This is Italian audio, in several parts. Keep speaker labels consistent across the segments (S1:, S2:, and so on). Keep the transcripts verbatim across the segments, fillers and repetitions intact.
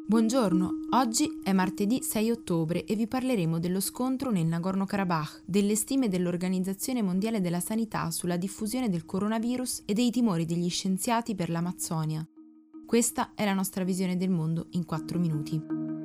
S1: Buongiorno, oggi è martedì sei ottobre e vi parleremo dello scontro nel Nagorno-Karabakh, delle stime dell'Organizzazione Mondiale della Sanità sulla diffusione del coronavirus e dei timori degli scienziati per l'Amazzonia. Questa è la nostra visione del mondo in quattro minuti.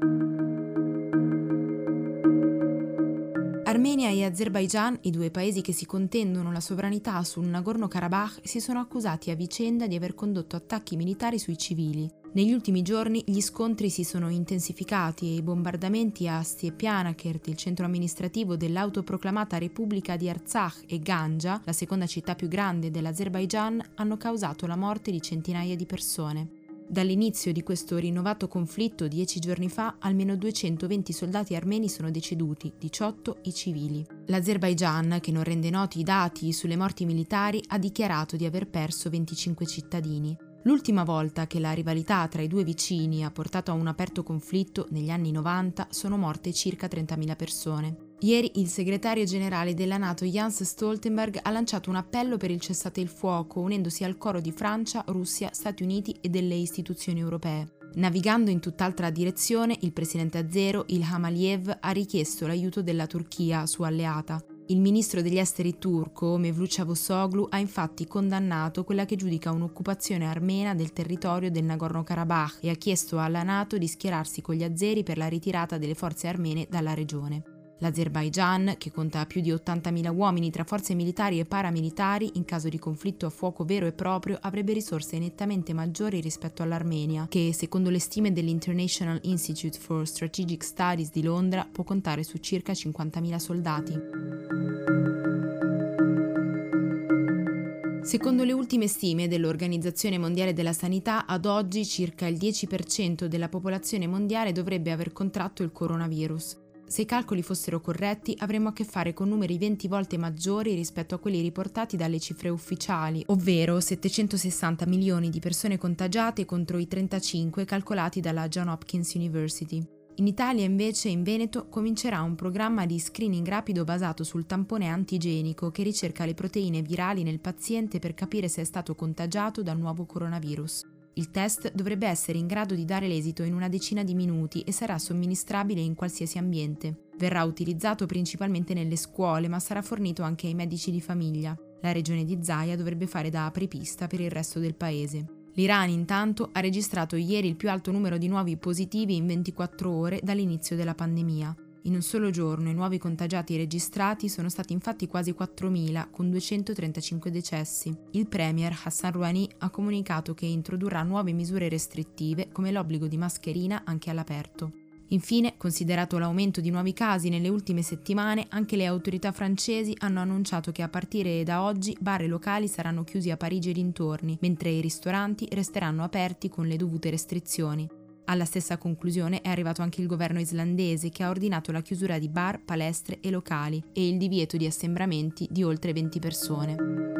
S1: Armenia e Azerbaigian, i due paesi che si contendono la sovranità sul Nagorno-Karabakh, si sono accusati a vicenda di aver condotto attacchi militari sui civili. Negli ultimi giorni gli scontri si sono intensificati e i bombardamenti a Step'anakert, il centro amministrativo dell'autoproclamata Repubblica di Artsakh, e Ganja, la seconda città più grande dell'Azerbaigian, hanno causato la morte di centinaia di persone. Dall'inizio di questo rinnovato conflitto dieci giorni fa, almeno duecentoventi soldati armeni sono deceduti, diciotto i civili. L'Azerbaigian, che non rende noti i dati sulle morti militari, ha dichiarato di aver perso venticinque cittadini. L'ultima volta che la rivalità tra i due vicini ha portato a un aperto conflitto, negli anni novanta, sono morte circa trentamila persone. Ieri il segretario generale della NATO Jens Stoltenberg ha lanciato un appello per il cessate il fuoco, unendosi al coro di Francia, Russia, Stati Uniti e delle istituzioni europee. Navigando in tutt'altra direzione, il presidente azero Ilham Aliyev ha richiesto l'aiuto della Turchia, sua alleata. Il ministro degli esteri turco, Mevlut Cavusoglu, ha infatti condannato quella che giudica un'occupazione armena del territorio del Nagorno-Karabakh e ha chiesto alla NATO di schierarsi con gli azeri per la ritirata delle forze armene dalla regione. L'Azerbaigian, che conta più di ottantamila uomini tra forze militari e paramilitari, in caso di conflitto a fuoco vero e proprio avrebbe risorse nettamente maggiori rispetto all'Armenia, che, secondo le stime dell'International Institute for Strategic Studies di Londra, può contare su circa cinquantamila soldati. Secondo le ultime stime dell'Organizzazione Mondiale della Sanità, ad oggi circa il dieci per cento della popolazione mondiale dovrebbe aver contratto il coronavirus. Se i calcoli fossero corretti, avremmo a che fare con numeri venti volte maggiori rispetto a quelli riportati dalle cifre ufficiali, ovvero settecentosessanta milioni di persone contagiate contro i trentacinque calcolati dalla Johns Hopkins University. In Italia, invece, in Veneto, comincerà un programma di screening rapido basato sul tampone antigenico che ricerca le proteine virali nel paziente per capire se è stato contagiato dal nuovo coronavirus. Il test dovrebbe essere in grado di dare l'esito in una decina di minuti e sarà somministrabile in qualsiasi ambiente. Verrà utilizzato principalmente nelle scuole, ma sarà fornito anche ai medici di famiglia. La regione di Zaia dovrebbe fare da apripista per il resto del paese. L'Iran, intanto, ha registrato ieri il più alto numero di nuovi positivi in ventiquattro ore dall'inizio della pandemia. In un solo giorno i nuovi contagiati registrati sono stati infatti quasi quattromila, con duecentotrentacinque decessi. Il premier Hassan Rouhani ha comunicato che introdurrà nuove misure restrittive, come l'obbligo di mascherina anche all'aperto. Infine, considerato l'aumento di nuovi casi nelle ultime settimane, anche le autorità francesi hanno annunciato che a partire da oggi bar e locali saranno chiusi a Parigi e dintorni, mentre i ristoranti resteranno aperti con le dovute restrizioni. Alla stessa conclusione è arrivato anche il governo islandese, che ha ordinato la chiusura di bar, palestre e locali e il divieto di assembramenti di oltre venti persone.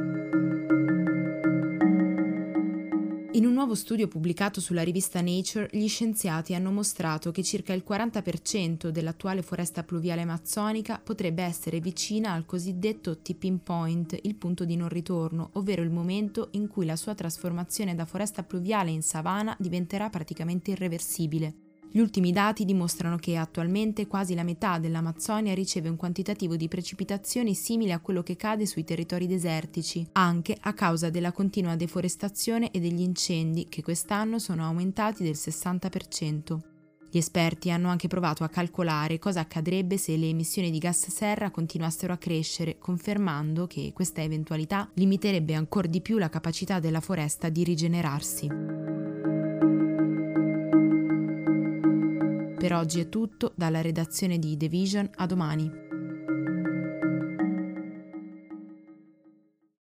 S1: In un nuovo studio pubblicato sulla rivista Nature, gli scienziati hanno mostrato che circa il quaranta per cento dell'attuale foresta pluviale amazzonica potrebbe essere vicina al cosiddetto tipping point, il punto di non ritorno, ovvero il momento in cui la sua trasformazione da foresta pluviale in savana diventerà praticamente irreversibile. Gli ultimi dati dimostrano che attualmente quasi la metà dell'Amazzonia riceve un quantitativo di precipitazioni simile a quello che cade sui territori desertici, anche a causa della continua deforestazione e degli incendi, che quest'anno sono aumentati del sessanta per cento. Gli esperti hanno anche provato a calcolare cosa accadrebbe se le emissioni di gas serra continuassero a crescere, confermando che questa eventualità limiterebbe ancor di più la capacità della foresta di rigenerarsi. Per oggi è tutto, dalla redazione di The Vision, a domani.